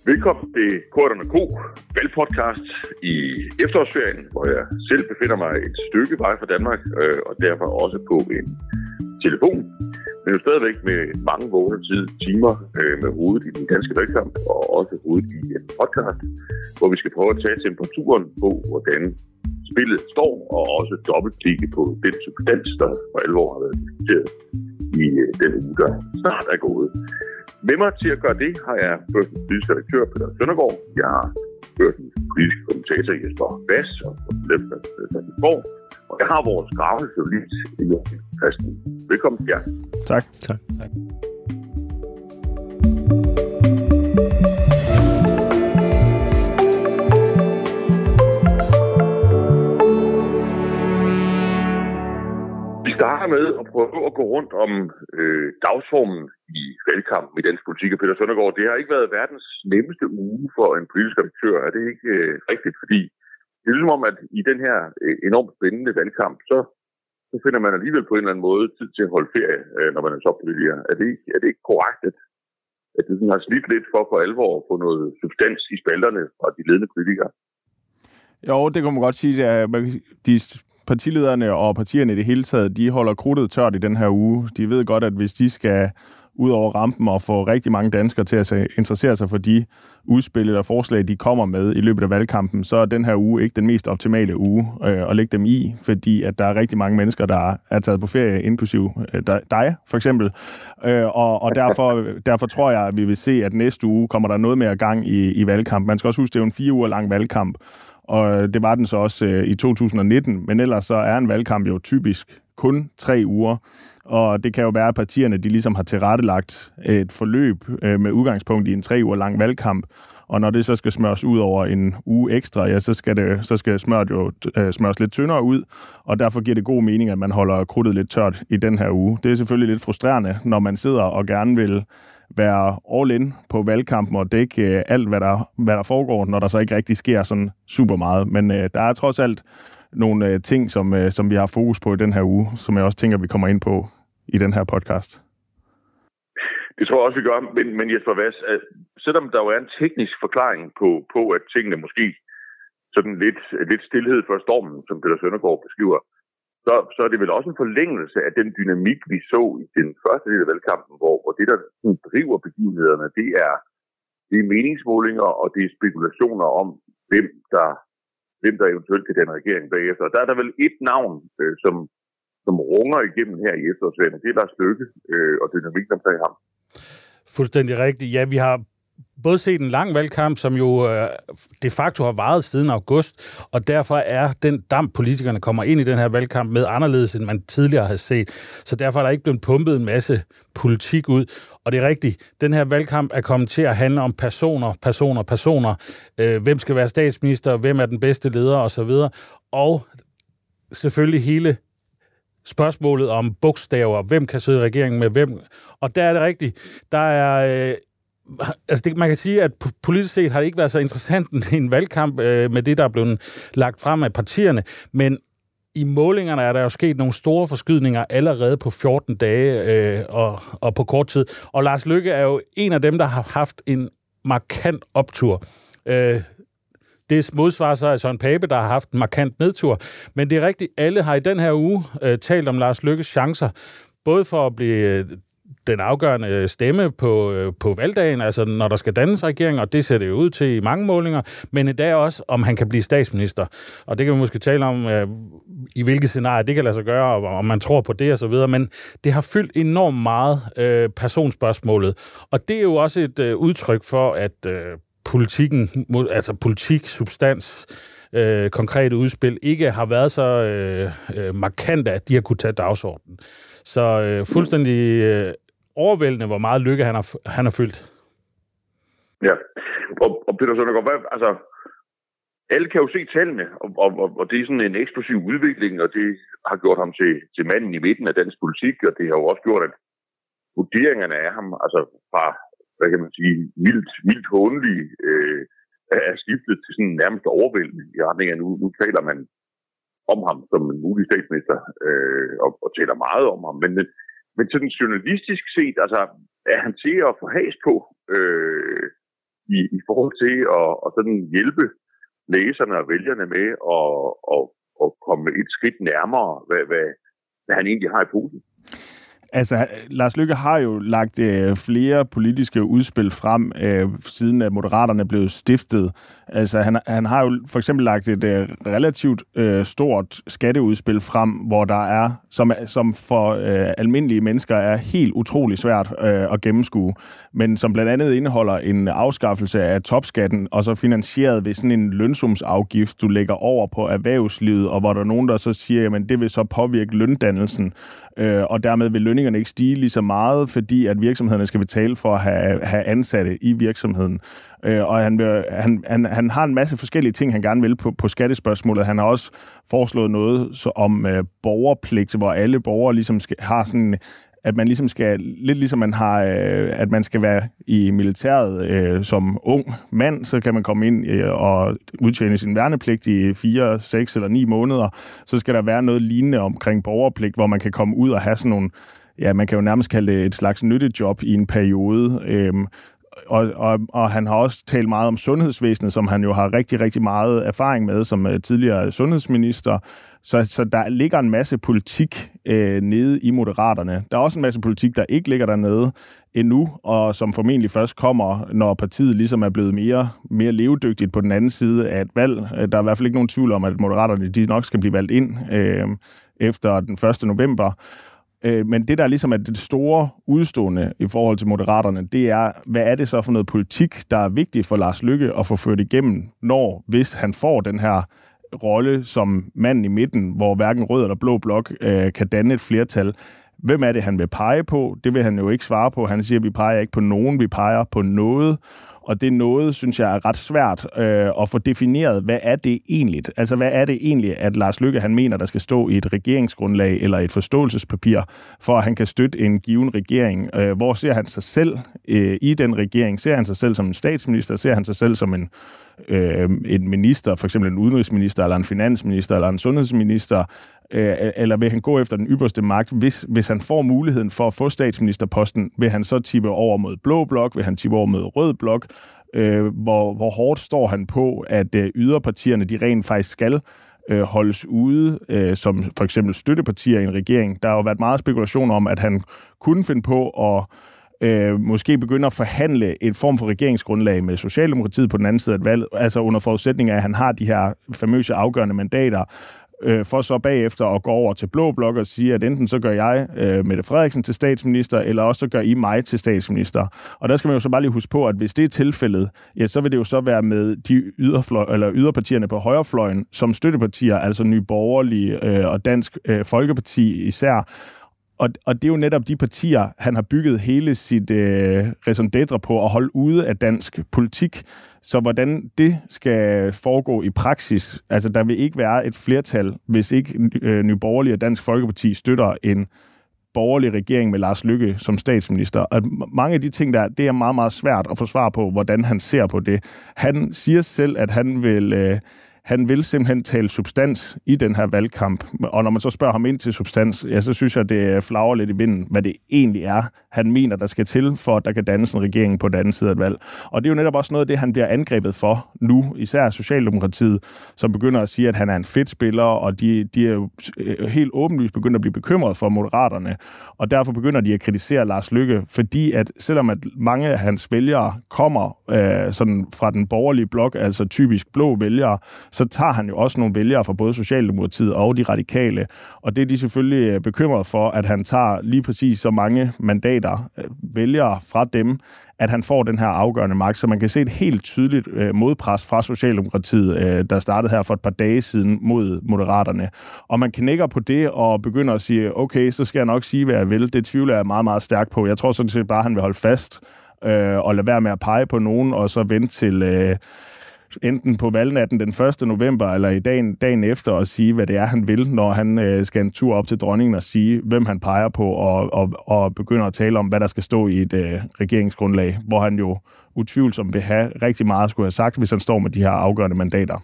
Velkommen til Korten & Co. valgpodcast i efterårsferien, hvor jeg selv befinder mig et stykke vej fra Danmark, og derfor også på en telefon. Men jo stadigvæk med mange vågne timer med hovedet i den danske valgkamp, og også hovedet i en podcast, hvor vi skal prøve at tage temperaturen på, hvordan spillet står, og også dobbeltkigge på den substans, der for alvor har været diskuteret i den uge, der snart er gået. Med mig til at gøre det har jeg Børsens politiske redaktør Peter Søndergaard. Jeg har Børsens politiske kommentator Jesper Bass og Borg. Og jeg har vores gravende journalist Joachim Christen. Velkommen til jer. Tak. Vi starter med at prøve at gå rundt om dagsformen i valgkampen i dansk politik. Og Peter Søndergaard, det har ikke været verdens nemmeste uge for en politisk redaktør. Er det ikke rigtigt? Fordi det er ligesom om, at i den her enormt spændende valgkamp, så finder man alligevel på en eller anden måde tid til at holde ferie, når man er toppolitiker. Er det ikke korrekt, at det sådan har slidt lidt for alvor at få noget substans i spalterne fra de ledende politikere? Jo, det kan man godt sige. De partilederne og partierne i det hele taget, de holder krudtet tørt i den her uge. De ved godt, at hvis de skal ud over rampen og få rigtig mange danskere til at interessere sig for de udspil eller forslag, de kommer med i løbet af valgkampen, så er den her uge ikke den mest optimale uge at lægge dem i, fordi at der er rigtig mange mennesker, der er taget på ferie, inklusive dig for eksempel. Og derfor tror jeg, at vi vil se, at næste uge kommer der noget mere gang i valgkamp. Man skal også huske, det er jo en 4 uger lang valgkamp, og det var den så også i 2019, men ellers så er en valgkamp jo typisk kun 3 uger, og det kan jo være, at partierne de ligesom har tilrettelagt et forløb med udgangspunkt i en 3 uger lang valgkamp, og når det så skal smøres ud over en uge ekstra, ja, så skal smøret jo smøres lidt tyndere ud, og derfor giver det god mening, at man holder krudtet lidt tørt i den her uge. Det er selvfølgelig lidt frustrerende, når man sidder og gerne vil være all in på valgkampen og dække alt, hvad der foregår, når der så ikke rigtig sker sådan super meget. Men der er trods alt nogle ting, som vi har fokus på i den her uge, som jeg også tænker, vi kommer ind på i den her podcast. Det tror jeg også, vi gør. Men Jesper Bass, selvom der jo er en teknisk forklaring på at tingene måske sådan lidt stillhed for stormen, som Peter Søndergaard beskriver, så er det vel også en forlængelse af den dynamik, vi så i den første del af valgkampen, hvor det, der driver begivenhederne, det er meningsmålinger, og det er spekulationer om, hvem der eventuelt kan danne regering bagefter. Og der er der vel et navn, som runger igennem her i efterårsferien. Det er Lars Løkke og dynamikken omkring ham. Fuldstændig rigtigt. Ja, vi har både set en lang valgkamp, som jo de facto har varet siden august, og derfor er den damp, politikerne kommer ind i den her valgkamp med anderledes, end man tidligere har set. Så derfor er der ikke blevet pumpet en masse politik ud. Og det er rigtigt, den her valgkamp er kommet til at handle om personer. Hvem skal være statsminister, hvem er den bedste leder osv. Og selvfølgelig hele spørgsmålet om bogstaver. Hvem kan sidde i regeringen med hvem? Og der er det rigtigt. Der er man kan sige, at politisk set har det ikke været så interessant en valgkamp med det, der er blevet lagt frem af partierne, men i målingerne er der jo sket nogle store forskydninger allerede på 14 dage og på kort tid. Og Lars Løkke er jo en af dem, der har haft en markant optur. Det modsvarer sig af Søren Pape, der har haft en markant nedtur. Men det er rigtigt, alle har i den her uge talt om Lars Løkkes chancer, både for at blive den afgørende stemme på valgdagen, altså når der skal dannes regering, og det ser det jo ud til i mange målinger, men endda også, om han kan blive statsminister. Og det kan vi måske tale om, i hvilke scenarier det kan lade sig gøre, og om man tror på det og så videre, men det har fyldt enormt meget personspørgsmålet. Og det er jo også et udtryk for, at politik, substans, konkrete udspil, ikke har været så markante, at de har kunne tage dagsordenen. Så fuldstændig overvældende, hvor meget Løkke han har fyldt. Ja, og Peter Søndergaard, altså, alle kan jo se tallene, og det er sådan en eksplosiv udvikling, og det har gjort ham til manden i midten af dansk politik, og det har jo også gjort, at vurderingerne af ham, altså fra, hvad kan man sige, mildt håndelige, er skiftet til sådan nærmest overvældende i retning af nu taler man om ham som en mulig statsminister, og taler meget om ham, men sådan journalistisk set, altså, er han til at få has på, i forhold til at sådan hjælpe læserne og vælgerne med at komme et skridt nærmere, hvad han egentlig har i posen? Altså, Lars Løkke har jo lagt flere politiske udspil frem, siden at Moderaterne blev stiftet. Altså, han har jo for eksempel lagt et relativt stort skatteudspil frem, hvor der er, som for almindelige mennesker er helt utrolig svært at gennemskue, men som blandt andet indeholder en afskaffelse af topskatten, og så finansieret ved sådan en lønsumsafgift, du lægger over på erhvervslivet, og hvor der er nogen, der så siger, jamen det vil så påvirke løndannelsen, og dermed vil lønningerne ikke stige lige så meget, fordi at virksomhederne skal betale for at have ansatte i virksomheden. Og han har en masse forskellige ting, han gerne vil på skattespørgsmålet. Han har også foreslået noget om borgerpligt, hvor alle borgere ligesom har sådan, at man ligesom skal, lidt ligesom man har, at man skal være i militæret som ung mand, så kan man komme ind og udtjene sin værnepligt i 4, 6 eller 9 måneder. Så skal der være noget lignende omkring borgerpligt, hvor man kan komme ud og have sådan nogle, ja, man kan jo nærmest kalde det et slags nyttejob i en periode. Og han har også talt meget om sundhedsvæsenet, som han jo har rigtig, rigtig meget erfaring med som tidligere sundhedsminister. Så der ligger en masse politik nede i Moderaterne. Der er også en masse politik, der ikke ligger dernede endnu, og som formentlig først kommer, når partiet ligesom er blevet mere levedygtigt på den anden side af et valg. Der er i hvert fald ikke nogen tvivl om, at Moderaterne de nok skal blive valgt ind efter den 1. november. Men det, der ligesom er det store udstående i forhold til Moderaterne, det er, hvad er det så for noget politik, der er vigtigt for Lars Løkke at få ført igennem, hvis han får den her rolle som manden i midten, hvor hverken rød eller blå blok kan danne et flertal. Hvem er det, han vil pege på? Det vil han jo ikke svare på. Han siger, at vi peger ikke på nogen, vi peger på noget. Og det noget, synes jeg, er ret svært at få defineret, hvad er det egentlig? Altså, hvad er det egentlig, at Lars Løkke, han mener, der skal stå i et regeringsgrundlag eller et forståelsespapir, for at han kan støtte en given regering? Hvor ser han sig selv i den regering? Ser han sig selv som en statsminister? Ser han sig selv som en minister, for eksempel en udenrigsminister, eller en finansminister, eller en sundhedsminister? Eller vil han gå efter den ypperste magt? Hvis han får muligheden for at få statsministerposten, vil han så tippe over mod blå blok? Vil han tippe over mod rød blok? Hvor hårdt står han på, at yderpartierne de rent faktisk skal holdes ude, som for eksempel støttepartier i en regering? Der har jo været meget spekulation om, at han kunne finde på at måske begynde at forhandle et form for regeringsgrundlag med Socialdemokratiet på den anden side af et valg, altså under forudsætning af, at han har de her famøse afgørende mandater, for så bagefter at gå over til blå blok og sige, at enten så gør jeg Mette Frederiksen til statsminister, eller også så gør I mig til statsminister. Og der skal man jo så bare lige huske på, at hvis det er tilfældet, ja, så vil det jo så være med de yderpartierne på højrefløjen som støttepartier, altså Nye Borgerlige og Dansk Folkeparti især. Og det er jo netop de partier, han har bygget hele sit raison d'être på at holde ude af dansk politik. Så hvordan det skal foregå i praksis, altså der vil ikke være et flertal, hvis ikke Nye Borgerlige og Dansk Folkeparti støtter en borgerlig regering med Lars Løkke som statsminister. Og mange af de ting der, det er meget, meget svært at få svar på, hvordan han ser på det. Han siger selv, at han vil simpelthen tale substans i den her valgkamp. Og når man så spørger ham ind til substans, ja, så synes jeg, det flagrer lidt i vinden, hvad det egentlig er, han mener, der skal til, for at der kan dannes en regering på den anden side af et valg. Og det er jo netop også noget af det, han bliver angrebet for nu, især Socialdemokratiet, som begynder at sige, at han er en fedt spiller, og de er jo helt åbenlyst begyndt at blive bekymret for Moderaterne. Og derfor begynder de at kritisere Lars Løkke, fordi at selvom at mange af hans vælgere kommer sådan fra den borgerlige blok, altså typisk blå vælgere, så tager han jo også nogle vælgere fra både Socialdemokratiet og de radikale. Og det er de selvfølgelig bekymret for, at han tager lige præcis så mange mandater, vælgere fra dem, at han får den her afgørende magt. Så man kan se et helt tydeligt modpres fra Socialdemokratiet, der startede her for et par dage siden mod Moderaterne. Og man knækker på det og begynder at sige, okay, så skal jeg nok sige, hvad jeg vil. Det tvivler jeg meget, meget stærkt på. Jeg tror sådan set bare, at han vil holde fast og lade være med at pege på nogen, og så vente til enten på valgnatten den 1. november, eller i dagen efter, og sige, hvad det er, han vil, når han skal en tur op til dronningen og sige, hvem han peger på, og begynder at tale om, hvad der skal stå i et regeringsgrundlag, hvor han jo utvivlsomt vil have rigtig meget skulle have sagt, hvis han står med de her afgørende mandater.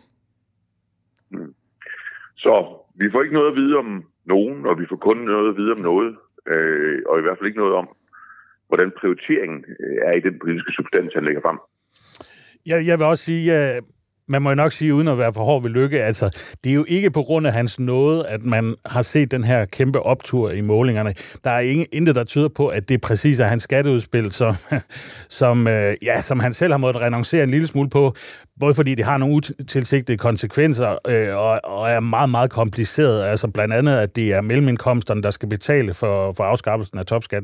Så vi får ikke noget at vide om nogen, og vi får kun noget at vide om noget, og i hvert fald ikke noget om, hvordan prioriteringen er i den politiske substans, han lægger frem. Jeg vil også sige, man må jo nok sige, uden at være for hård ved Løkke, altså, det er jo ikke på grund af hans nåde, at man har set den her kæmpe optur i målingerne. Der er intet, der tyder på, at det præcis er hans skatteudspil, som han selv har måttet renoncere en lille smule på, både fordi det har nogle utilsigtede konsekvenser, og er meget, meget kompliceret. Altså blandt andet, at det er mellemindkomsterne, der skal betale for afskaffelsen af topskatten.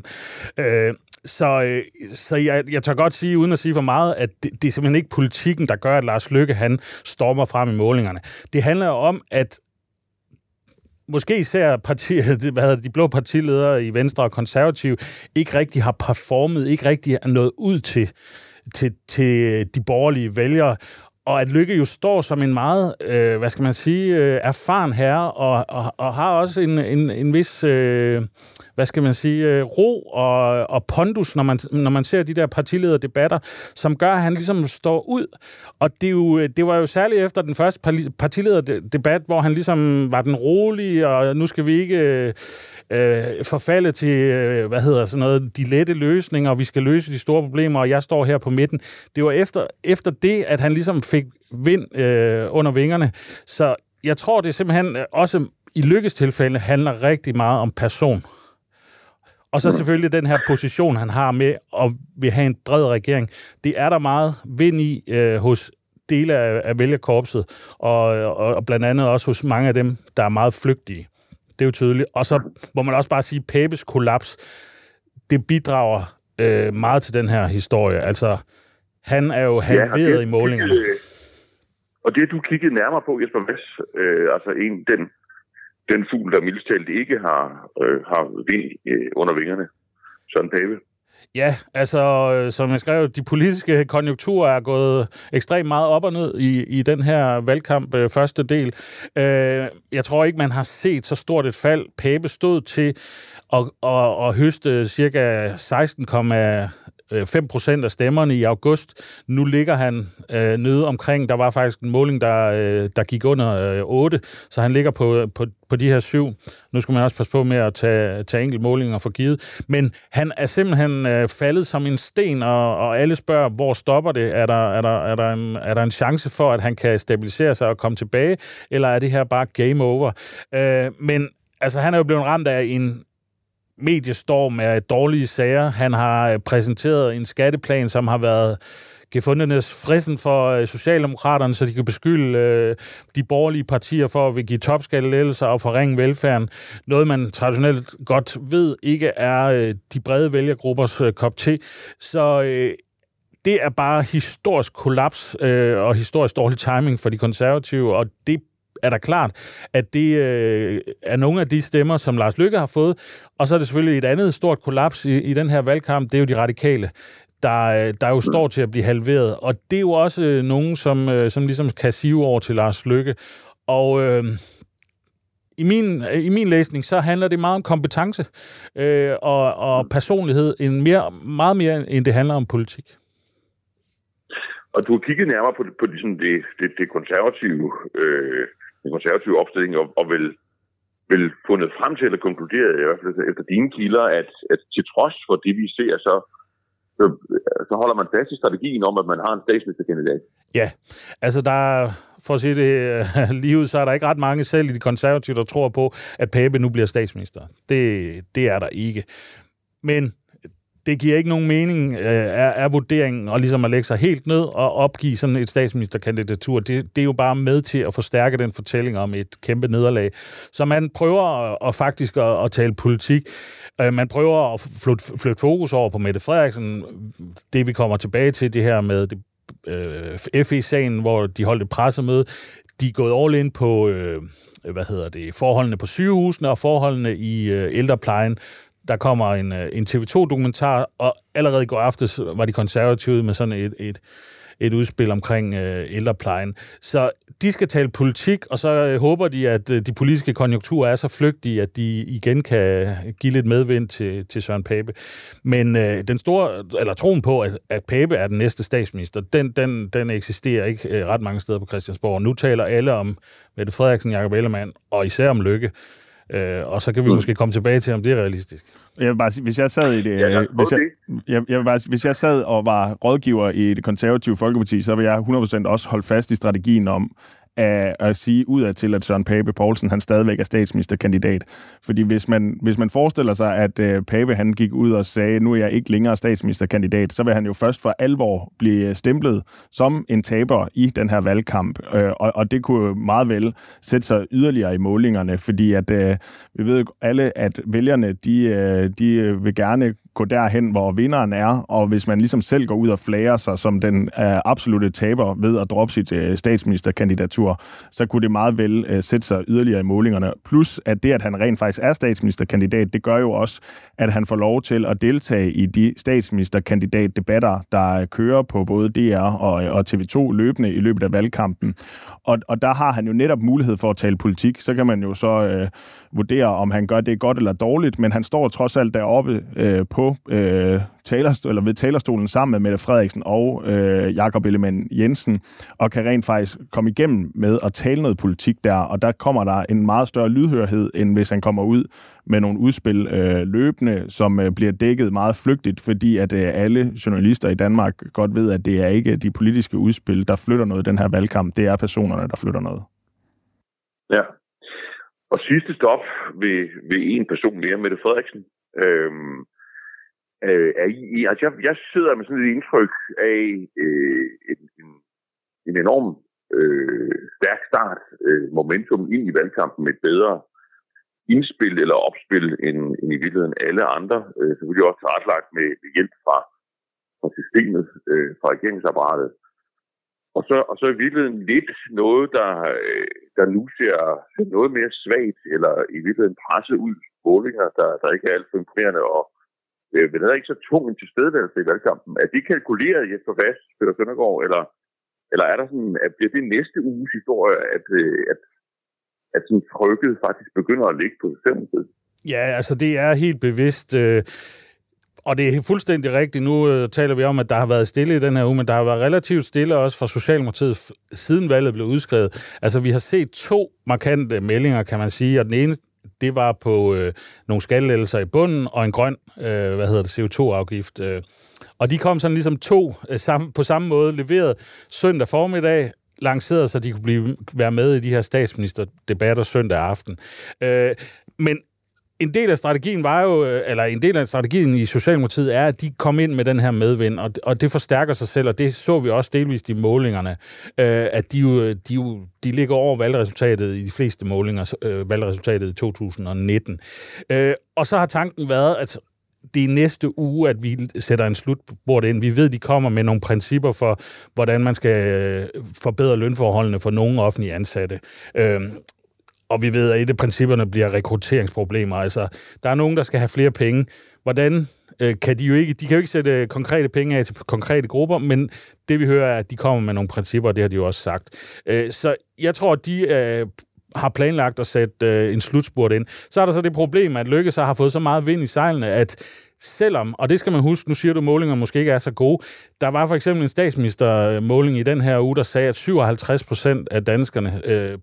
Så jeg tør godt sige, uden at sige for meget, at det er simpelthen ikke politikken, der gør, at Lars Løkke han stormer frem i målingerne. Det handler jo om, at måske især de blå partiledere i Venstre og Konservative ikke rigtig har performet, ikke rigtig er nået ud til de borgerlige vælgere, og at Løkke jo står som en meget, erfaren herre, og har også en vis, ro og pondus, når man ser de der partilederdebatter, som gør, at han ligesom står ud. Og det var jo særligt efter den første partilederdebat, hvor han ligesom var den rolige, og nu skal vi ikke forfalde til, de lette løsninger, og vi skal løse de store problemer, og jeg står her på midten. Det var efter det, at han ligesom fik vind under vingerne. Så jeg tror, det simpelthen også i Løkkes tilfælde handler rigtig meget om person. Og så selvfølgelig den her position, han har med at vil have en bred regering. Det er der meget vind i hos dele af vælgerkorpset, og blandt andet også hos mange af dem, der er meget flygtige. Det er jo tydeligt. Og så må man også bare sige, at Papes kollaps, det bidrager meget til den her historie. Altså, han er jo halveret i målingerne. Og det, du kiggede nærmere på, Jesper Mads, den fugl, der mildest talt ikke har vind under vingerne, Søren Pape. Ja, altså, som jeg skrev, de politiske konjunkturer er gået ekstremt meget op og ned i den her valgkamp, første del. Jeg tror ikke, man har set så stort et fald. Pape stod til at høste cirka 16,5% af stemmerne i august. Nu ligger han nede omkring, der var faktisk en måling, der gik under 8, så han ligger på de her 7. Nu skal man også passe på med at tage enkelt målinger for givet. Men han er simpelthen faldet som en sten, og alle spørger, hvor stopper det? Er der en chance for, at han kan stabilisere sig og komme tilbage, eller er det her bare game over? Men altså, han er jo blevet ramt af en mediestorm af dårlige sager. Han har præsenteret en skatteplan, som har været gefundenes fristen for Socialdemokraterne, så de kan beskylde de borgerlige partier for at give topskattelettelser og forringe velfærden. Noget, man traditionelt godt ved ikke er de brede vælgergruppers kop te. Så det er bare historisk kollaps og historisk dårlig timing for de konservative, og det er der klart, at det er nogle af de stemmer, som Lars Løkke har fået. Og så er det selvfølgelig et andet stort kollaps i den her valgkamp, det er jo de radikale, der jo står til at blive halveret. Og det er jo også nogen, som ligesom kan sive over til Lars Løkke. Og i min læsning, så handler det meget om kompetence og personlighed, meget mere end det handler om politik. Og du har kigget nærmere på ligesom det konservative den konservative opstilling, og vel fundet frem til at konkludere, i hvert fald efter dine kilder, at til trods for det, vi ser, så holder man fast i strategien om, at man har en statsministerkandidat. Ja, altså for at sige det lige ud, så er der ikke ret mange selv i de konservative, der tror på, at Pape nu bliver statsminister. Det er der ikke. Men det giver ikke nogen mening, er vurderingen, og ligesom at lægge sig helt ned og opgive sådan et statsministerkandidatur. Det er jo bare med til at forstærke den fortælling om et kæmpe nederlag. Så man prøver faktisk at tale politik. Man prøver at flytte fokus over på Mette Frederiksen. Det vi kommer tilbage til, det her med FE-sagen, hvor de holdt et pressemøde. De er gået all in på forholdene på sygehusene og forholdene i ældreplejen. Der kommer en TV2-dokumentar, og allerede i går aftes var de konservative med sådan et udspil omkring ældreplejen. Så de skal tale politik, og så håber de, at de politiske konjunkturer er så flygtige, at de igen kan give lidt medvind til Søren Pape. Men den troen på, at Pape er den næste statsminister, den eksisterer ikke ret mange steder på Christiansborg. Nu taler alle om Mette Frederiksen, Jakob Ellemann, og især om Løkke. Og så kan vi måske komme tilbage til, om det er realistisk. Jeg vil bare sige, hvis jeg sad i det, hvis jeg sad og var rådgiver i Det Konservative Folkeparti, så vil jeg 100% også holde fast i strategien om at sige udadtil, at Søren Pape Poulsen han stadigvæk er statsministerkandidat. Fordi hvis man forestiller sig, at Pape han gik ud og sagde, nu er jeg ikke længere statsministerkandidat, så vil han jo først for alvor blive stemplet som en taber i den her valgkamp. Og det kunne meget vel sætte sig yderligere i målingerne, fordi at vi ved alle, at vælgerne de vil gerne gå derhen, hvor vinderen er, og hvis man ligesom selv går ud og flager sig som den absolute taber ved at droppe sit statsministerkandidatur, så kunne det meget vel sætte sig yderligere i målingerne. Plus, at det, at han rent faktisk er statsministerkandidat, det gør jo også, at han får lov til at deltage i de statsministerkandidatdebatter, der kører på både DR og TV2 løbende i løbet af valgkampen. Og der har han jo netop mulighed for at tale politik. Så kan man jo så vurdere, om han gør det godt eller dårligt, men han står trods alt deroppe på ved talerstolen sammen med Mette Frederiksen og Jakob Ellemann-Jensen, og kan rent faktisk komme igennem med at tale noget politik der, og der kommer der en meget større lydhørhed, end hvis han kommer ud med nogle udspil løbende, som bliver dækket meget flygtigt, fordi at alle journalister i Danmark godt ved, at det er ikke de politiske udspil, der flytter noget i den her valgkamp, det er personerne, der flytter noget. Ja. Og sidste stop ved en person mere, Mette Frederiksen. Altså jeg sidder med sådan et indtryk af en enorm stærk start, momentum ind i valgkampen med et bedre indspil eller opspil end i virkeligheden alle andre. Selvfølgelig også tilrettelagt med hjælp fra systemet, fra regeringsapparatet. Og så i virkeligheden lidt noget, der nu ser noget mere svagt, eller i virkeligheden presset ud målinger, der ikke er alt for imponerende, og men det er ikke så tung en tilstedeværelse i valgkampen. Er det kalkuleret Jesper Vass, Peter Søndergaard, eller er der sådan, at bliver det næste uges historie, at sådan trykket faktisk begynder at ligge på stemmetid? Ja, altså det er helt bevidst, og det er fuldstændig rigtigt. Nu taler vi om, at der har været stille i den her uge, men der har været relativt stille også fra Socialdemokratiet, siden valget blev udskrevet. Altså vi har set 2 markante meldinger, kan man sige, og den ene, det var på nogle skattelettelser i bunden og en grøn CO2-afgift. Og de kom sådan ligesom 2 på samme måde leveret søndag formiddag, lanceret, så de kunne være med i de her statsministerdebatter søndag aften. Men en del af strategien var jo, eller en del af strategien i Socialdemokratiet er, at de kom ind med den her medvind, og det forstærker sig selv, og det så vi også delvist i målingerne, at de ligger over valgresultatet i de fleste målinger, valgresultatet i 2019. Og så har tanken været, at det er næste uge, at vi sætter en slutbord ind. Vi ved, de kommer med nogle principper for, hvordan man skal forbedre lønforholdene for nogle offentlige ansatte. Og vi ved, at et af principperne bliver rekrutteringsproblemer. Altså, der er nogen, der skal have flere penge. Hvordan kan de jo ikke sætte konkrete penge af til konkrete grupper, men det vi hører er, at de kommer med nogle principper, og det har de jo også sagt. Så jeg tror, at de har planlagt at sætte en slutspurt ind. Så er der så det problem, at Løkke så har fået så meget vind i sejlene, at selvom, og det skal man huske, nu siger du, at målingerne måske ikke er så gode, der var for eksempel en statsministermåling i den her uge, der sagde, at 57% af danskerne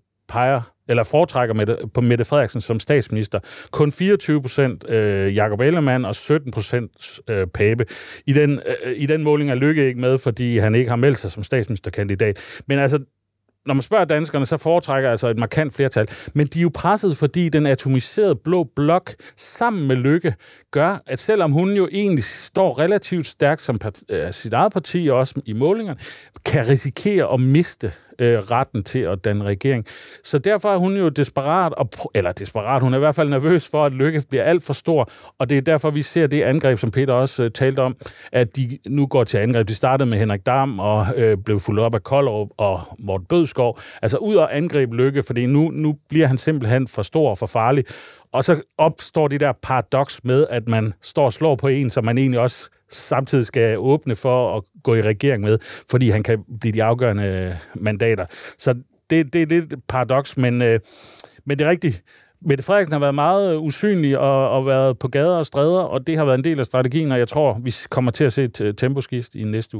foretrækker på Mette Frederiksen som statsminister. Kun 24% Jakob Ellemann og 17% Pape. I den måling er Løkke ikke med, fordi han ikke har meldt sig som statsministerkandidat. Men altså, når man spørger danskerne, så foretrækker altså et markant flertal. Men de er jo presset, fordi den atomiserede blå blok sammen med Løkke gør, at selvom hun jo egentlig står relativt stærkt som sit eget parti, og også i målingerne, kan risikere at miste retten til at danne regering. Så derfor er hun jo desperat, hun er i hvert fald nervøs for, at Løkke bliver alt for stor, og det er derfor, vi ser det angreb, som Peter også talte om, at de nu går til angreb. De startede med Henrik Dam og blev fulgt op af Koldrup og Morten Bødskov. Altså ud og angribe Løkke, fordi nu bliver han simpelthen for stor og for farlig. Og så opstår det der paradoks med, at man står og slår på en, som man egentlig også samtidig skal åbne for at gå i regering med, fordi han kan blive de afgørende mandater. Så det er lidt paradoks, men det er rigtigt. Mette Frederiksen har været meget usynlig og været på gader og stræder, og det har været en del af strategien, og jeg tror, vi kommer til at se et temposkift i næste uge.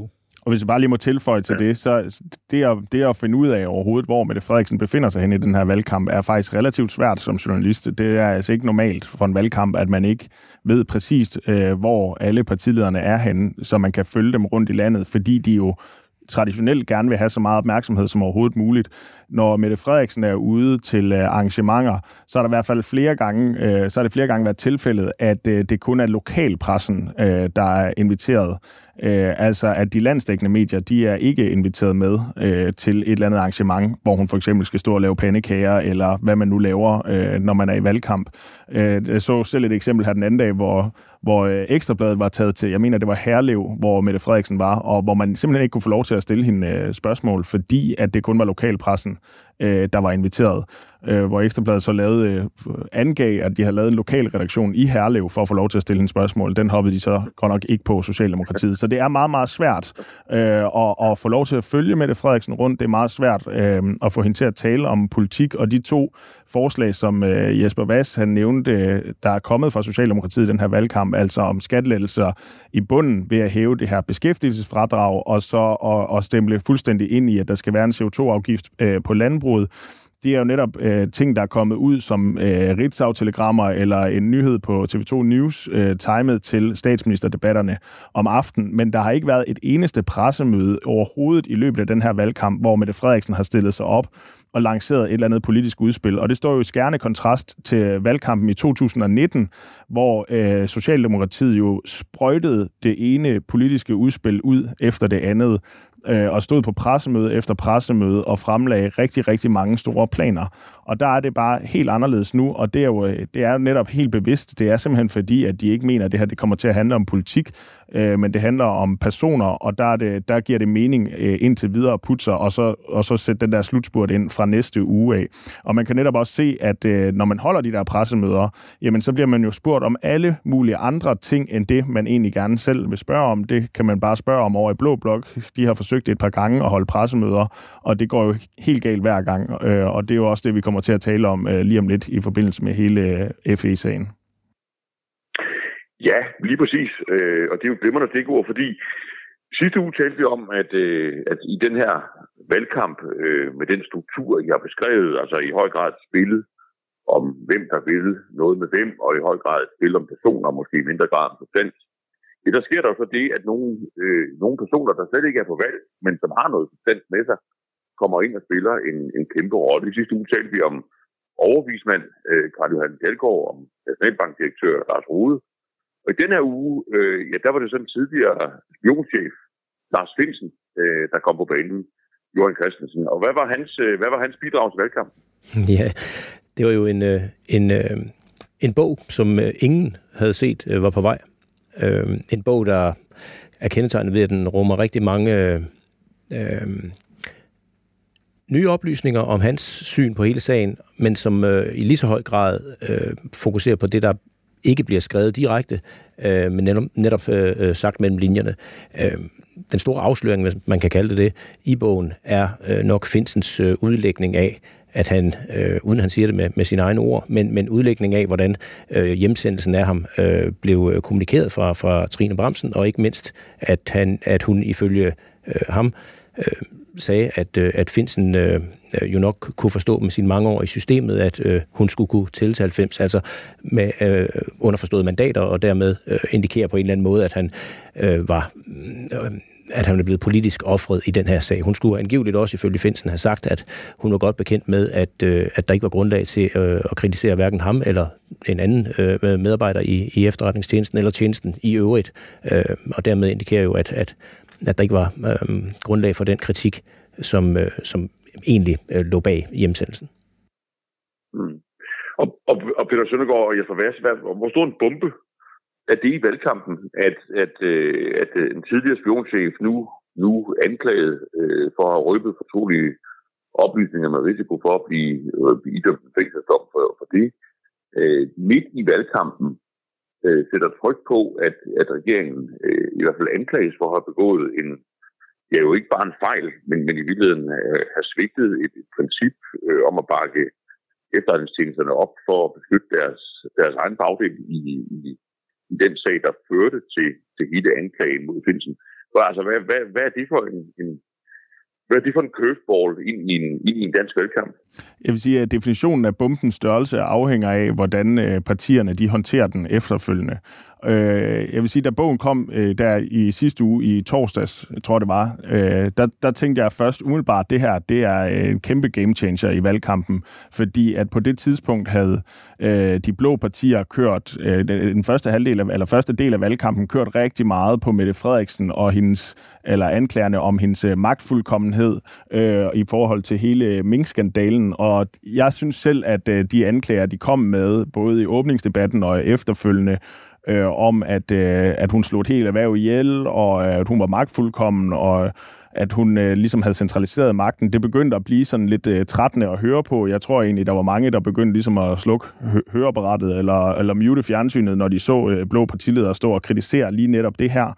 Og hvis jeg bare lige må tilføje til det, så det at finde ud af overhovedet, hvor Mette Frederiksen befinder sig hen i den her valgkamp, er faktisk relativt svært som journalist. Det er altså ikke normalt for en valgkamp, at man ikke ved præcist, hvor alle partilederne er henne, så man kan følge dem rundt i landet, fordi de jo traditionelt gerne vil have så meget opmærksomhed som overhovedet muligt. Når Mette Frederiksen er ude til arrangementer, så er der i hvert fald flere gange været tilfældet, at det kun er lokalpressen, der er inviteret. Altså at de landsdækkende medier, de er ikke inviteret med til et eller andet arrangement, hvor hun for eksempel skal stå og lave pandekager, eller hvad man nu laver, når man er i valgkamp. Jeg så selv et eksempel her den anden dag, hvor Ekstrabladet var taget til, jeg mener, det var Herlev, hvor Mette Frederiksen var, og hvor man simpelthen ikke kunne få lov til at stille hende spørgsmål, fordi at det kun var lokalpressen, der var inviteret. Hvor Ekstrabladet så angav, at de havde lavet en lokal redaktion i Herlev for at få lov til at stille hende spørgsmål. Den hoppede de så godt nok ikke på Socialdemokratiet. Så det er meget, meget svært at få lov til at følge Mette Frederiksen rundt. Det er meget svært at få hende til at tale om politik, og de to forslag, som Jesper Vass han nævnte, der er kommet fra Socialdemokratiet i den her valgkamp, altså om skattelettelser i bunden ved at hæve det her beskæftigelsesfradrag, og så at stemple fuldstændig ind i, at der skal være en CO2-afgift på landbruget. Det er jo netop ting, der er kommet ud som Ritzau-telegrammer eller en nyhed på TV2 News timet til statsministerdebatterne om aftenen, men der har ikke været et eneste pressemøde overhovedet i løbet af den her valgkamp, hvor Mette Frederiksen har stillet sig op og lanceret et eller andet politisk udspil. Og det står jo i skærende kontrast til valgkampen i 2019, hvor Socialdemokratiet jo sprøjtede det ene politiske udspil ud efter det andet, og stod på pressemøde efter pressemøde og fremlagde rigtig, rigtig mange store planer. Og der er det bare helt anderledes nu, og det er jo netop helt bevidst. Det er simpelthen fordi, at de ikke mener, at det her det kommer til at handle om politik, men det handler om personer, og der giver det mening indtil videre putser, og så sætte den der slutspurt ind fra næste uge af. Og man kan netop også se, at når man holder de der pressemøder, jamen så bliver man jo spurgt om alle mulige andre ting, end det man egentlig gerne selv vil spørge om. Det kan man bare spørge om over i Blå Blok. De har forsøgt et par gange at holde pressemøder, og det går jo helt galt hver gang. Og det er jo også det, vi kommer til at tale om lige om lidt i forbindelse med hele FE-sagen. Ja, lige præcis. Og det er jo glimrende stikord, fordi sidste uge talte vi om, at i den her valgkamp med den struktur, I har beskrevet, altså i høj grad spillet om hvem der vil noget med hvem, og i høj grad spil om personer, måske i mindre grad om substans. Der sker der så det, at nogle personer, der slet ikke er på valg, men som har noget substans med sig, kommer ind og spiller en kæmpe rolle. I sidste uge talte vi om overvismand Carl Johan Dalgaard, om nationalbankdirektør Lars Rode. Og i den her uge, der var det sådan tidligere spionchef Lars Findsen, der kom på banen, Johan Christensen. Og hvad var hans bidrag til valgkampen? Ja, det var jo en bog, som ingen havde set var på vej. En bog, der er kendetegnet ved, at den rummer rigtig mange nye oplysninger om hans syn på hele sagen, men som i lige så høj grad fokuserer på det, der ikke bliver skrevet direkte, men netop sagt mellem linjerne. Den store afsløring, hvis man kan kalde det i bogen, er nok Findsens udlægning af, at han, uden han siger det med sine egne ord, men udlægning af, hvordan hjemsendelsen af ham blev kommunikeret fra Trine Bramsen, og ikke mindst, at hun ifølge ham sagde, at Findsen jo nok kunne forstå med sine mange år i systemet, at hun skulle kunne tælle til 90, altså med underforståede mandater, og dermed indikere på en eller anden måde, at han at han er blevet politisk offret i den her sag. Hun skulle angiveligt også ifølge Findsen have sagt, at hun var godt bekendt med, at der ikke var grundlag til at kritisere hverken ham eller en anden medarbejder i efterretningstjenesten eller tjenesten i øvrigt. Og dermed indikerer jo, at der ikke var grundlag for den kritik, som egentlig lå bag hjemsendelsen. Mm. Og Peter Søndergaard og Jesper Vass, hvor stor en bombe er det i valgkampen, at en tidligere spionchef nu anklaget for at have røbet fortrolige oplysninger med risiko for at blive idømt en fængselsdom for det. Midt i valgkampen sætter tryk på, at regeringen i hvert fald anklages for at have begået jo ikke bare en fejl, men i virkeligheden har svigtet et princip om at bakke efterretningstjenesterne op for at beskytte deres egen bagdel i den sag, der førte til hele anklagen mod Findsen. Altså, hvad er det for hvad er det for en curveball ind i en dansk valgkamp? Jeg vil sige, at definitionen af bombens størrelse afhænger af, hvordan partierne de håndterer den efterfølgende. Jeg vil sige, da bogen kom der i sidste uge, i torsdags, jeg tror det var, der tænkte jeg først umiddelbart, det er en kæmpe game changer i valgkampen, fordi at på det tidspunkt havde de blå partier kørt den første del af valgkampen kørt rigtig meget på Mette Frederiksen og anklagerne om hendes magtfuldkommenhed i forhold til hele minkskandalen, og jeg synes selv, at de anklager, de kom med, både i åbningsdebatten og efterfølgende, om at hun slog et helt erhverv ihjel, og at hun var magtfuldkommen, og at hun ligesom havde centraliseret magten. Det begyndte at blive sådan lidt trættende at høre på. Jeg tror egentlig, der var mange, der begyndte ligesom at slukke høreapparatet eller mute fjernsynet, når de så blå partiledere stå og kritisere lige netop det her.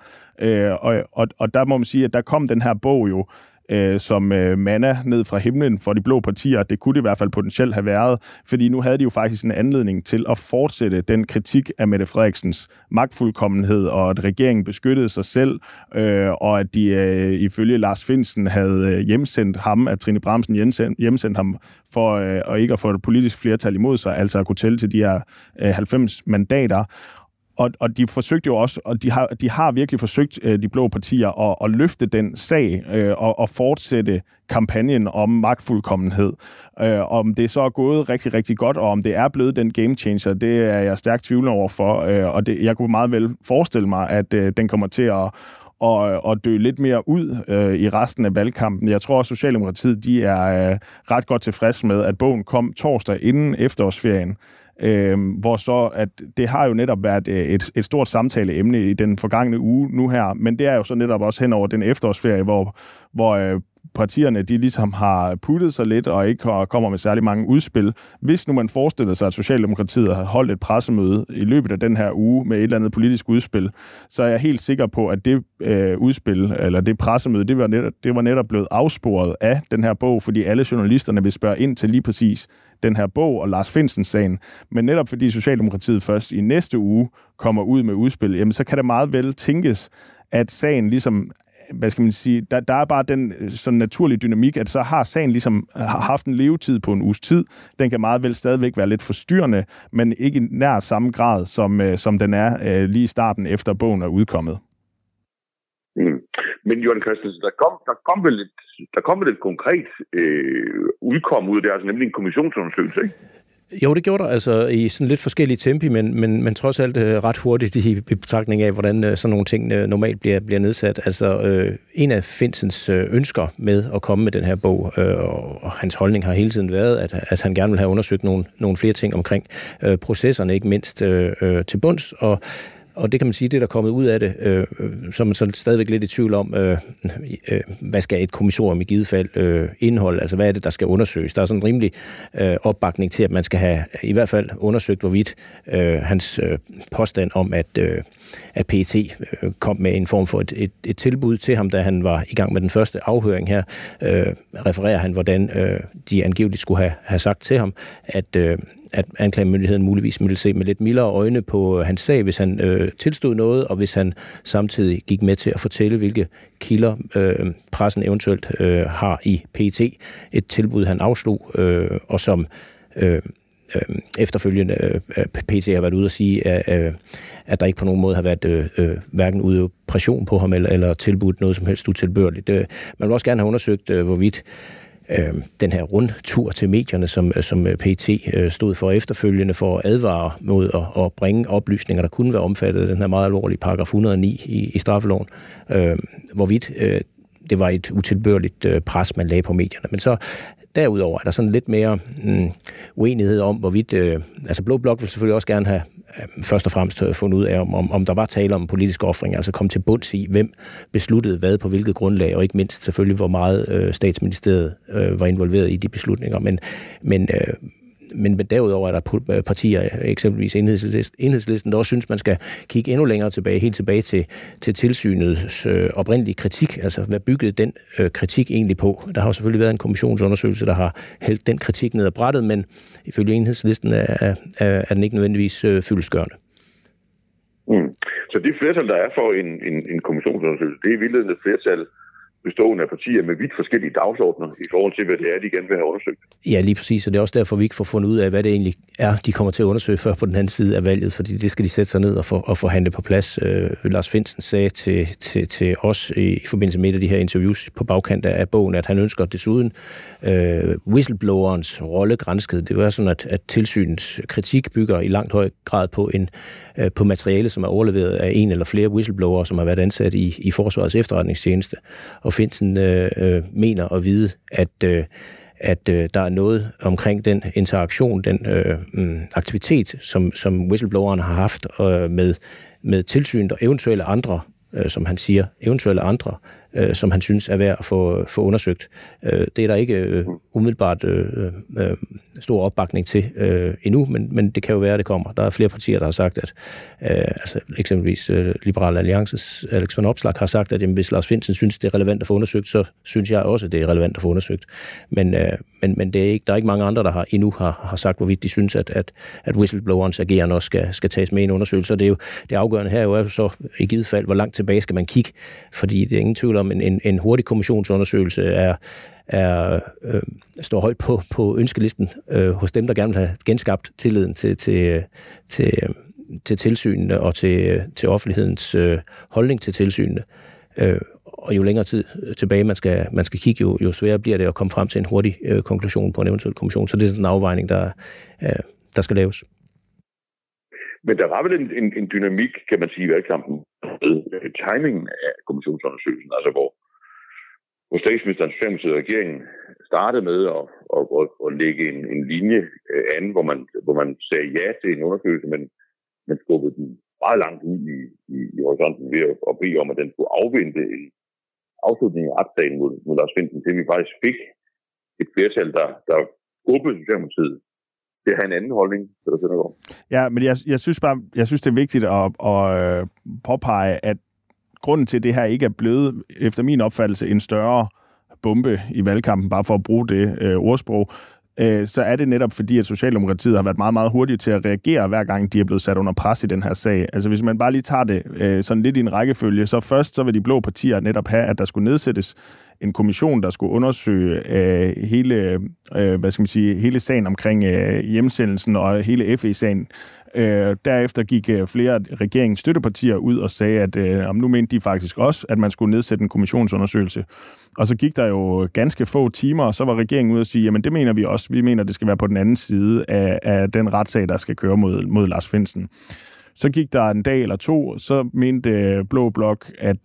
Og der må man sige, at der kom den her bog jo, som manna ned fra himlen for de blå partier. Det kunne det i hvert fald potentielt have været, fordi nu havde de jo faktisk en anledning til at fortsætte den kritik af Mette Frederiksens magtfuldkommenhed, og at regeringen beskyttede sig selv, og at de ifølge Lars Findsen havde hjemsendt ham, at Trine Bramsen hjemsendt ham for at ikke at få et politisk flertal imod sig, altså at kunne tælle til de her 90 mandater. Og de forsøgte jo også, og de har virkelig forsøgt, de blå partier, at løfte den sag og fortsætte kampagnen om magtfuldkommenhed. Om det så er gået rigtig, rigtig godt, og om det er blevet den game changer, det er jeg stærkt tvivlende over for. Og jeg kunne meget vel forestille mig, at den kommer til at dø lidt mere ud i resten af valgkampen. Jeg tror også, Socialdemokratiet de er ret godt tilfreds med, at bogen kom torsdag inden efterårsferien. Hvor så, at det har jo netop været et stort samtaleemne i den forgangne uge nu her, men det er jo så netop også hen over den efterårsferie, hvor partierne de ligesom har puttet sig lidt og ikke kommer med særlig mange udspil. Hvis nu man forestiller sig, at Socialdemokratiet har holdt et pressemøde i løbet af den her uge med et eller andet politisk udspil, så er jeg helt sikker på, at det udspil, eller det pressemøde, det var netop blevet afsporet af den her bog, fordi alle journalisterne vil spørge ind til lige præcis den her bog og Lars Findsen-sagen. Men netop fordi Socialdemokratiet først i næste uge kommer ud med udspil, jamen så kan det meget vel tænkes, at sagen ligesom, hvad skal man sige, der er bare den sådan naturlige dynamik, at så har sagen ligesom haft en levetid på en uges tid. Den kan meget vel stadigvæk være lidt forstyrrende, men ikke i nær samme grad, som den er lige i starten efter bogen er udkommet. Men Jørgen Christensen, der kom vel et konkret udkom ud af det, altså nemlig en kommissionsundersøgelse, ikke? Jo, det gjorde der altså i sådan lidt forskellige tempi, men trods alt ret hurtigt i betragtning af, hvordan sådan nogle ting normalt bliver nedsat. Altså en af Findsens ønsker med at komme med den her bog, og hans holdning har hele tiden været, at han gerne vil have undersøgt nogle flere ting omkring processerne, ikke mindst til bunds, og det kan man sige, det der er kommet ud af det, så er man så stadigvæk lidt i tvivl om, hvad skal et kommissorium i givet fald indeholde, altså hvad er det, der skal undersøges. Der er sådan en rimelig opbakning til, at man skal have i hvert fald undersøgt, hvorvidt hans påstand om, at PET kom med en form for et tilbud til ham, da han var i gang med den første afhøring her, refererer han, hvordan de angiveligt skulle have sagt til ham, at anklagemyndigheden muligvis ville se med lidt mildere øjne på hans sag, hvis han tilstod noget, og hvis han samtidig gik med til at fortælle, hvilke kilder pressen eventuelt har i PET. Et tilbud, han afslog, og som efterfølgende PET har været ude at sige, at der ikke på nogen måde har været hverken udøvet pression på ham eller tilbudt noget som helst utilbørligt. Man vil også gerne have undersøgt, hvorvidt den her rundtur til medierne, som PET stod for efterfølgende for at advare mod at bringe oplysninger, der kunne være omfattet af den her meget alvorlige paragraf 109 i straffeloven, hvorvidt det var et utilbørligt pres, man lagde på medierne. Men så derudover er der sådan lidt mere uenighed om, hvorvidt altså Blå Blok vil selvfølgelig også gerne have først og fremmest fundet ud af, om der var tale om politisk offring, altså komme til bunds i, hvem besluttede hvad på hvilket grundlag, og ikke mindst selvfølgelig, hvor meget Statsministeriet var involveret i de beslutninger. Men derudover er der partier, eksempelvis Enhedslisten, der også synes, man skal kigge endnu længere tilbage, helt tilbage til tilsynets oprindelige kritik. Altså, hvad byggede den kritik egentlig på? Der har jo selvfølgelig været en kommissionsundersøgelse, der har hældt den kritik ned ad brættet, men ifølge Enhedslisten er den ikke nødvendigvis fyldestgørende. Så Så det flertal, der er for en kommissionsundersøgelse, det er vildledende flertal bestående af partier med vidt forskellige dagsordner i forhold til, hvad det er, de gerne vil have undersøgt. Ja, lige præcis, og det er også derfor, vi ikke får fundet ud af, hvad det egentlig er, de kommer til at undersøge før på den anden side af valget, fordi det skal de sætte sig ned og forhandle på plads. Lars Findsen sagde til os i forbindelse med et af de her interviews på bagkant af bogen, at han ønsker desuden whistleblowerens rolle gransket. Det var sådan, at tilsynets kritik bygger i langt høj grad på materiale, som er overleveret af en eller flere whistleblowere, som har været ansat i Forsvarets efterretningstjeneste. Og Findsen mener at vide, at der er noget omkring den interaktion, den aktivitet, som whistlebloweren har haft med tilsynet og eventuelle andre, som han siger, som han synes er værd at få undersøgt. Det er der ikke umiddelbart stor opbakning til endnu, men det kan jo være, at det kommer. Der er flere partier, der har sagt, at eksempelvis Liberal Alliances Alex Vanopslagh har sagt, at hvis Lars Findsen synes, det er relevant at få undersøgt, så synes jeg også, det er relevant at få undersøgt. Men det er ikke, der er ikke mange andre, der endnu har sagt, hvorvidt de synes, at whistleblowerens ageren også skal tages med i en undersøgelse. Og det er jo det afgørende her jo så i givet fald, hvor langt tilbage skal man kigge, fordi det er ingen tvivl om, en hurtig kommissionsundersøgelse står højt på ønskelisten hos dem, der gerne vil have genskabt tilliden til tilsynene og til offentlighedens holdning til tilsynene. Og jo længere tid tilbage man skal kigge, jo sværere bliver det at komme frem til en hurtig konklusion på en eventuel kommission. Så det er sådan en afvejning, der skal laves. Men der var vel en dynamik, kan man sige, i valgkampen med timingen af kommissionsundersøgelsen, altså hvor statsministeren Socialdemokratiet og regeringen startede med at lægge en linje an, hvor man sagde ja til en undersøgelse, men skubbede den meget langt ud i horisonten ved at bede om, at den skulle afvente en afslutning af retssagen mod Lars Findsen, til vi faktisk fik et flertal, der skubbede Socialdemokratiet. Det har en anden holdning, Peter Søndergaard. Ja, men jeg synes, det er vigtigt at påpege, at grunden til, at det her ikke er blevet, efter min opfattelse, en større bombe i valgkampen, bare for at bruge det ordsprog, så er det netop fordi, at Socialdemokratiet har været meget, meget hurtige til at reagere, hver gang de er blevet sat under pres i den her sag. Altså hvis man bare lige tager det sådan lidt i en rækkefølge, så først så vil de blå partier netop have, at der skulle nedsættes en kommission, der skulle undersøge hele sagen omkring hjemsendelsen og hele FE-sagen. Derefter gik flere regeringens støttepartier ud og sagde, at nu mente de faktisk også, at man skulle nedsætte en kommissionsundersøgelse. Og så gik der jo ganske få timer, og så var regeringen ude og sige, jamen det mener vi også. Vi mener, det skal være på den anden side af den retssag, der skal køre mod Lars Findsen. Så gik der en dag eller to, så mente Blå Blok, at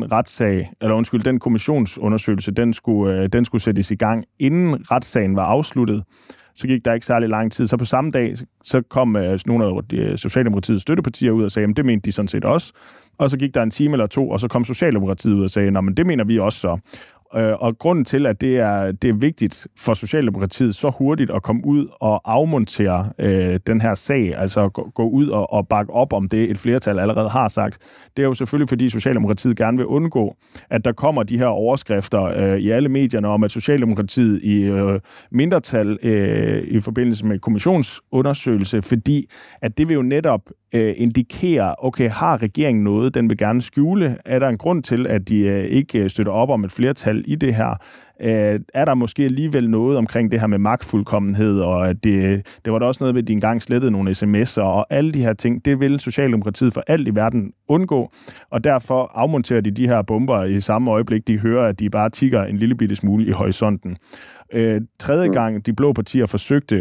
den kommissionsundersøgelse, den skulle sættes i gang, inden retssagen var afsluttet. Så gik der ikke særlig lang tid. Så på samme dag, så kom nogle af de Socialdemokratiets støttepartier ud og sagde, at det mente de sådan set også. Og så gik der en time eller to, og så kom Socialdemokratiet ud og sagde, men det mener vi også så. Og grunden til, at det er vigtigt for Socialdemokratiet så hurtigt at komme ud og afmontere den her sag, altså gå ud og bakke op om det, et flertal allerede har sagt, det er jo selvfølgelig, fordi Socialdemokratiet gerne vil undgå, at der kommer de her overskrifter i alle medierne om, at Socialdemokratiet i mindretal i forbindelse med kommissionsundersøgelse, fordi at det vil jo netop indikere, okay, har regeringen noget, den vil gerne skjule? Er der en grund til, at de ikke støtter op om et flertal i det her? Er der måske alligevel noget omkring det her med magtfuldkommenhed, og at det var der også noget ved, at de engang slettede nogle sms'er, og alle de her ting, det vil Socialdemokratiet for alt i verden undgå, og derfor afmonterer de her bomber i samme øjeblik, de hører, at de bare tikker en lille bitte smule i horisonten. Tredje gang, de blå partier forsøgte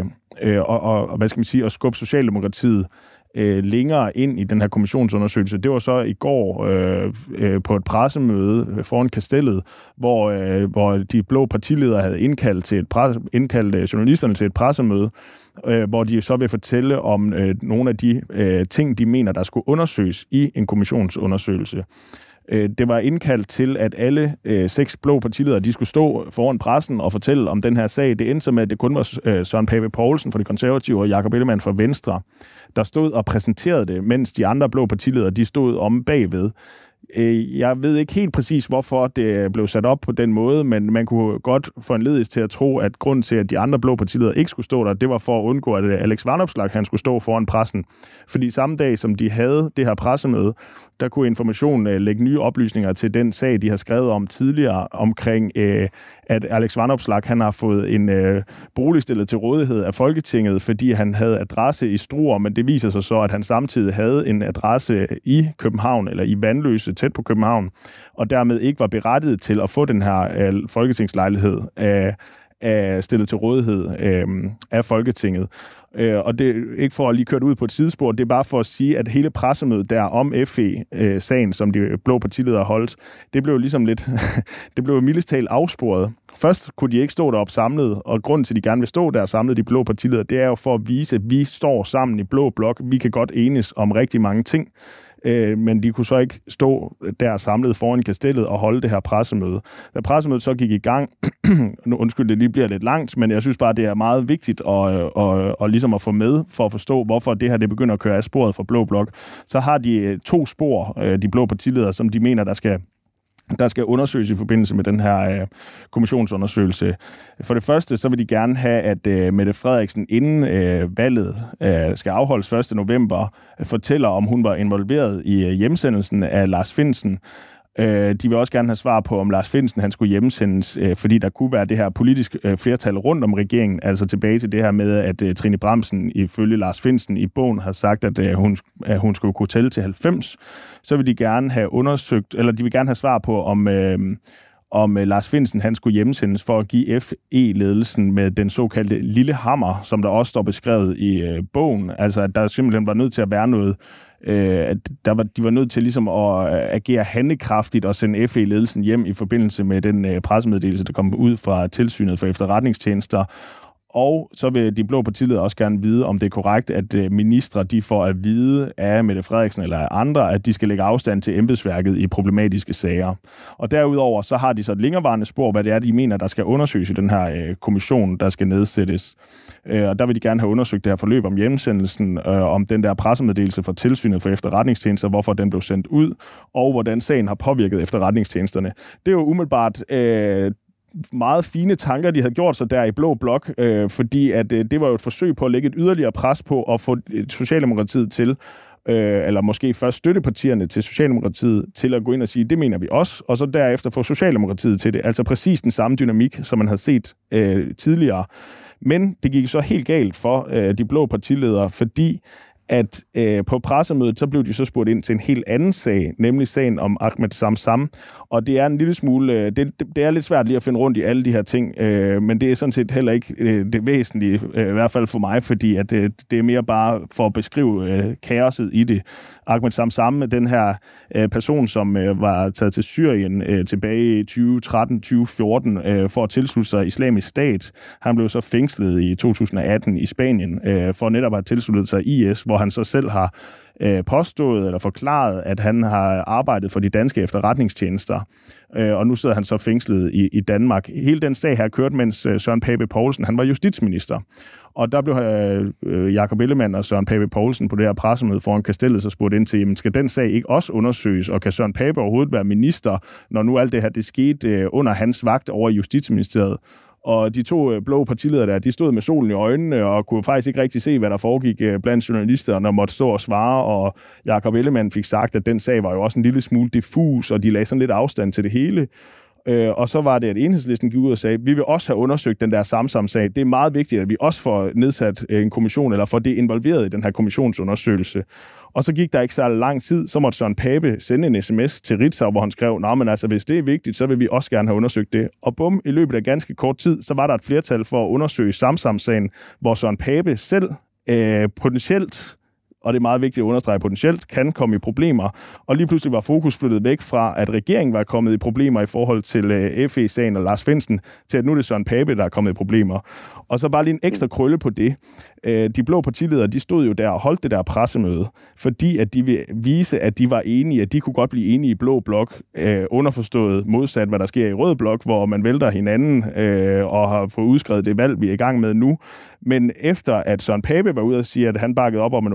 at skubbe Socialdemokratiet længere ind i den her kommissionsundersøgelse. Det var så i går på et pressemøde foran Kastellet, hvor de blå partiledere havde indkaldt journalisterne til et pressemøde, hvor de så vil fortælle om nogle af de ting, de mener, der skulle undersøges i en kommissionsundersøgelse. Det var indkaldt til, at alle 6 blå partiledere, de skulle stå foran pressen og fortælle om den her sag. Det endte så med, at det kun var Søren Pape Poulsen fra De Konservative og Jakob Ellemann fra Venstre, der stod og præsenterede det, mens de andre blå partiledere, de stod om bagved. Jeg ved ikke helt præcis, hvorfor det blev sat op på den måde, men man kunne godt foranlediges til at tro, at grunden til, at de andre blå partiledere ikke skulle stå der, det var for at undgå, at Alex Vanopslagh han skulle stå foran pressen. Fordi samme dag, som de havde det her pressemøde, der kunne Information lægge nye oplysninger til den sag, de har skrevet om tidligere, omkring, at Alex Vanopslagh han har fået en bolig stillet til rådighed af Folketinget, fordi han havde adresse i Struer, men det viser sig så, at han samtidig havde en adresse i København, eller i Vandløse, tæt på København, og dermed ikke var berettiget til at få den her folketingslejlighed stillet til rådighed af Folketinget. Og det er ikke for at lige køre ud på et sidespor, det er bare for at sige, at hele pressemødet der om FE-sagen, som de blå partiledere holdt, det blev ligesom lidt, det blev mildest talt afsporet. Først kunne de ikke stå deroppe samlet, og grunden til, at de gerne vil stå der samlet, de blå partiledere, det er jo for at vise, at vi står sammen i blå blok, vi kan godt enes om rigtig mange ting, men de kunne så ikke stå der samlet foran kastellet og holde det her pressemøde. Da pressemødet så gik i gang, nu undskyld, det lige bliver lidt langt, men jeg synes bare, det er meget vigtigt at ligesom at få med, for at forstå, hvorfor det her det begynder at køre af sporet for blå blok. Så har de 2 spor, de blå partiledere, som de mener, der skal undersøges i forbindelse med den her kommissionsundersøgelse. For det første, så vil de gerne have, at Mette Frederiksen inden valget skal afholdes 1. november, fortæller, om hun var involveret i hjemsendelsen af Lars Findsen. De vil også gerne have svar på, om Lars Findsen han skulle hjemsendes, fordi der kunne være det her politisk flertal rundt om regeringen, altså tilbage til det her med, at Trine Bramsen ifølge Lars Findsen i bogen har sagt, at hun skulle kunne tælle til 90. Så vil de gerne have undersøgt, eller de vil gerne have svar på, om Lars Findsen han skulle hjemsendes for at give FE-ledelsen med den såkaldte lille hammer, som der også står beskrevet i bogen. Altså, at der simpelthen var nødt til at være noget, de var nødt til ligesom at agere handlekraftigt og sende FE-ledelsen hjem i forbindelse med den pressemeddelelse, der kom ud fra Tilsynet for Efterretningstjenester. Og så vil de blå partiledere også gerne vide, om det er korrekt, at ministre de får at vide af Mette Frederiksen eller af andre, at de skal lægge afstand til embedsværket i problematiske sager. Og derudover så har de så et længerevarende spor, hvad det er, de mener, der skal undersøges i den her kommission, der skal nedsættes. Og der vil de gerne have undersøgt det her forløb om hjemsendelsen, om den der pressemeddelelse fra Tilsynet for Efterretningstjenester, hvorfor den blev sendt ud, og hvordan sagen har påvirket efterretningstjenesterne. Det er jo umiddelbart meget fine tanker, de havde gjort sig der i blå blok, fordi at det var jo et forsøg på at lægge et yderligere pres på at få Socialdemokratiet til, eller måske først støttepartierne til Socialdemokratiet, til at gå ind og sige, det mener vi også, og så derefter få Socialdemokratiet til det. Altså præcis den samme dynamik, som man havde set tidligere. Men det gik så helt galt for de blå partiledere, fordi at på pressemødet, så blev de så spurgt ind til en helt anden sag, nemlig sagen om Ahmed Samsam. Og det er en lille smule, det er lidt svært lige at finde rundt i alle de her ting, men det er sådan set heller ikke det væsentlige, i hvert fald for mig, fordi at det er mere bare for at beskrive kaoset i det. Ahmed Samsam, den her person, som var taget til Syrien tilbage i 2013-2014 for at tilslutte sig Islamisk Stat. Han blev så fængslet i 2018 i Spanien for netop at have tilsluttet sig IS, hvor han så selv har påstået eller forklaret, at han har arbejdet for de danske efterretningstjenester, og nu sidder han så fængslet i Danmark. Hele den sag her kørte, mens Søren Pape Poulsen, han var justitsminister. Og der blev Jakob Ellemann og Søren Pape Poulsen på det her pressemøde foran Kastellet så spurgt ind til, jamen, skal den sag ikke også undersøges, og kan Søren Pape overhovedet være minister, når nu alt det her det skete under hans vagt over i Justitsministeriet? Og de 2 blå partiledere der, de stod med solen i øjnene og kunne faktisk ikke rigtig se, hvad der foregik blandt journalisterne og måtte stå og svare. Og Jakob Ellemann fik sagt, at den sag var jo også en lille smule diffus, og de lagde sådan lidt afstand til det hele. Og så var det, at Enhedslisten gik ud og sagde, vi vil også have undersøgt den der Samsam-sag. Det er meget vigtigt, at vi også får nedsat en kommission, eller får det involveret i den her kommissionsundersøgelse. Og så gik der ikke så lang tid, så måtte Søren Pape sende en sms til Ritzau, hvor han skrev, nå, men altså, hvis det er vigtigt, så vil vi også gerne have undersøgt det. Og bum, i løbet af ganske kort tid, så var der et flertal for at undersøge Samsam-sagen, hvor Søren Pape selv potentielt, og det er meget vigtigt at understrege, potentielt kan komme i problemer. Og lige pludselig var fokus flyttet væk fra, at regeringen var kommet i problemer i forhold til FE-sagen og Lars Findsen, til at nu er det Søren Pape, der er kommet i problemer. Og så bare lige en ekstra krølle på det. De blå partiledere, de stod jo der og holdt det der pressemøde, fordi at de vil vise, at de var enige, at de kunne godt blive enige i blå blok, underforstået modsat, hvad der sker i rød blok, hvor man vælter hinanden og har fået udskrevet det valg, vi er i gang med nu. Men efter at Søren Pape var ude og sige, at han bakkede op om en undersøgelse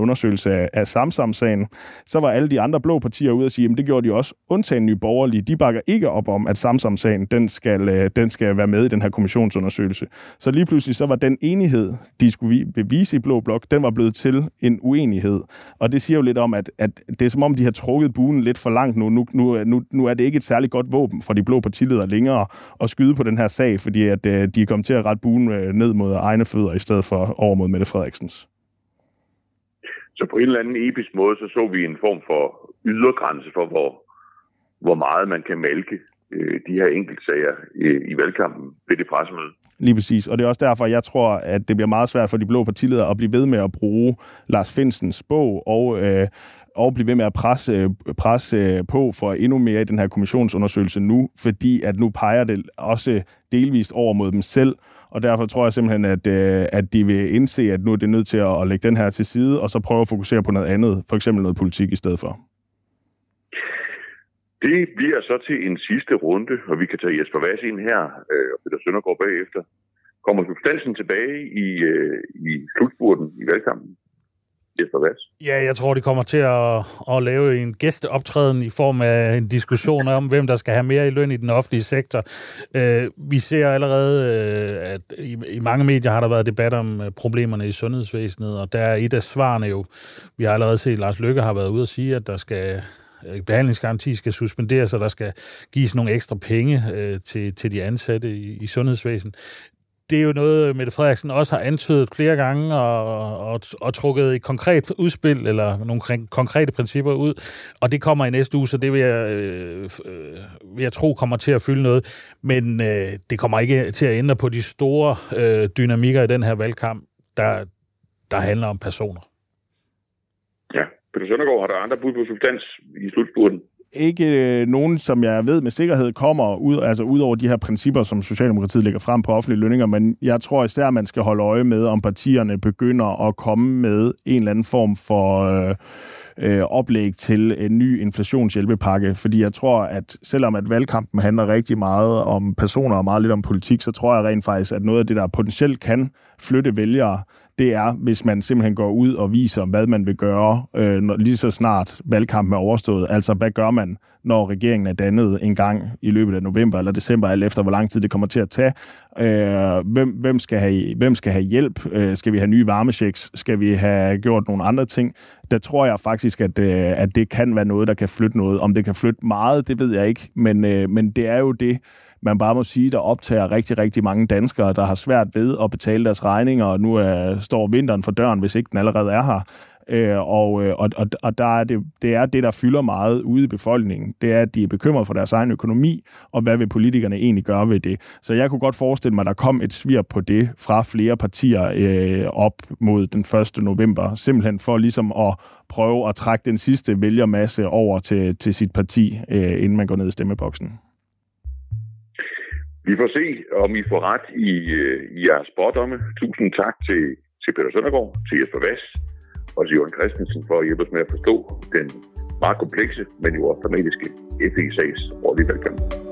undersøgelse af Samsam-sagen, så var alle de andre blå partier ude at sige, at det gjorde de også. Undtagen Nye Borgerlige, de bakker ikke op om, at Samsam-sagen, den skal være med i den her kommissionsundersøgelse. Så lige pludselig så var den enighed, de skulle bevise i Blå Blok, den var blevet til en uenighed. Og det siger jo lidt om, at det er som om, de har trukket buen lidt for langt nu. Nu er det ikke et særligt godt våben for de blå partiledere længere at skyde på den her sag, fordi at de er kommet til at rette buen ned mod egne fødder, i stedet for over mod Mette Frederiksens. Så på en eller anden episk måde, så vi en form for ydergrænse for, hvor meget man kan malke de her enkeltsager i valgkampen ved det pressemøde. Lige præcis, og det er også derfor, jeg tror, at det bliver meget svært for de blå partiledere at blive ved med at bruge Lars Findsens bog og blive ved med at presse på for endnu mere i den her kommissionsundersøgelse nu, fordi at nu peger det også delvist over mod dem selv, og derfor tror jeg simpelthen, at de vil indse, at nu er det nødt til at lægge den her til side, og så prøve at fokusere på noget andet, for eksempel noget politik i stedet for. Det bliver så til en sidste runde, og vi kan tage Jesper Vass ind her, og Peter Søndergaard bagefter. Kommer substansen tilbage i slutspurten i valgkampen? Jesper Vass? Ja, jeg tror, de kommer til at lave en gæsteoptræden i form af en diskussion om, hvem der skal have mere i løn i den offentlige sektor. Vi ser allerede, at i mange medier har der været debat om problemerne i sundhedsvæsenet, og der er et af svarene jo, vi har allerede set, Lars Løkke har været ude at sige, at der skal behandlingsgaranti skal suspenderes, og der skal gives nogle ekstra penge til de ansatte i sundhedsvæsenet. Det er jo noget, Mette Frederiksen også har antydet flere gange og trukket et konkret udspil eller nogle konkrete principper ud, og det kommer i næste uge, så det vil jeg tro kommer til at fylde noget, men det kommer ikke til at ændre på de store dynamikker i den her valgkamp, der handler om personer. Ja, Peter Søndergaard, har der andre bud på substans i slutspurten? Ikke nogen, som jeg ved med sikkerhed kommer ud over de her principper, som Socialdemokratiet lægger frem på offentlige lønninger, men jeg tror især, at man skal holde øje med, om partierne begynder at komme med en eller anden form for oplæg til en ny inflationshjælpepakke, fordi jeg tror, at selvom at valgkampen handler rigtig meget om personer og meget lidt om politik, så tror jeg rent faktisk, at noget af det, der potentielt kan flytte vælgere, det er, hvis man simpelthen går ud og viser, hvad man vil gøre, lige så snart valgkampen er overstået. Altså, hvad gør man, når regeringen er dannet en gang i løbet af november eller december, alt efter, hvor lang tid det kommer til at tage. Hvem skal have hjælp? Skal vi have nye varmechecks? Skal vi have gjort nogle andre ting? Der tror jeg faktisk, at det kan være noget, der kan flytte noget. Om det kan flytte meget, det ved jeg ikke, men det er jo det, man bare må sige, der optager rigtig, rigtig mange danskere, der har svært ved at betale deres regninger, og nu står vinteren for døren, hvis ikke den allerede er her. Og der er det er det, der fylder meget ude i befolkningen. Det er, at de er bekymret for deres egen økonomi, og hvad vil politikerne egentlig gøre ved det. Så jeg kunne godt forestille mig, at der kom et svir på det fra flere partier op mod den 1. november, simpelthen for ligesom at prøve at trække den sidste vælgermasse over til sit parti, inden man går ned i stemmeboksen. Vi får se, om I får ret i jeres spådomme. Tusind tak til Peter Søndergaard, til Jesper Vass og til Jørgen Christensen for at hjælpe os med at forstå den meget komplekse, men jo også dramatiske FE-sags rolle i valgkampen.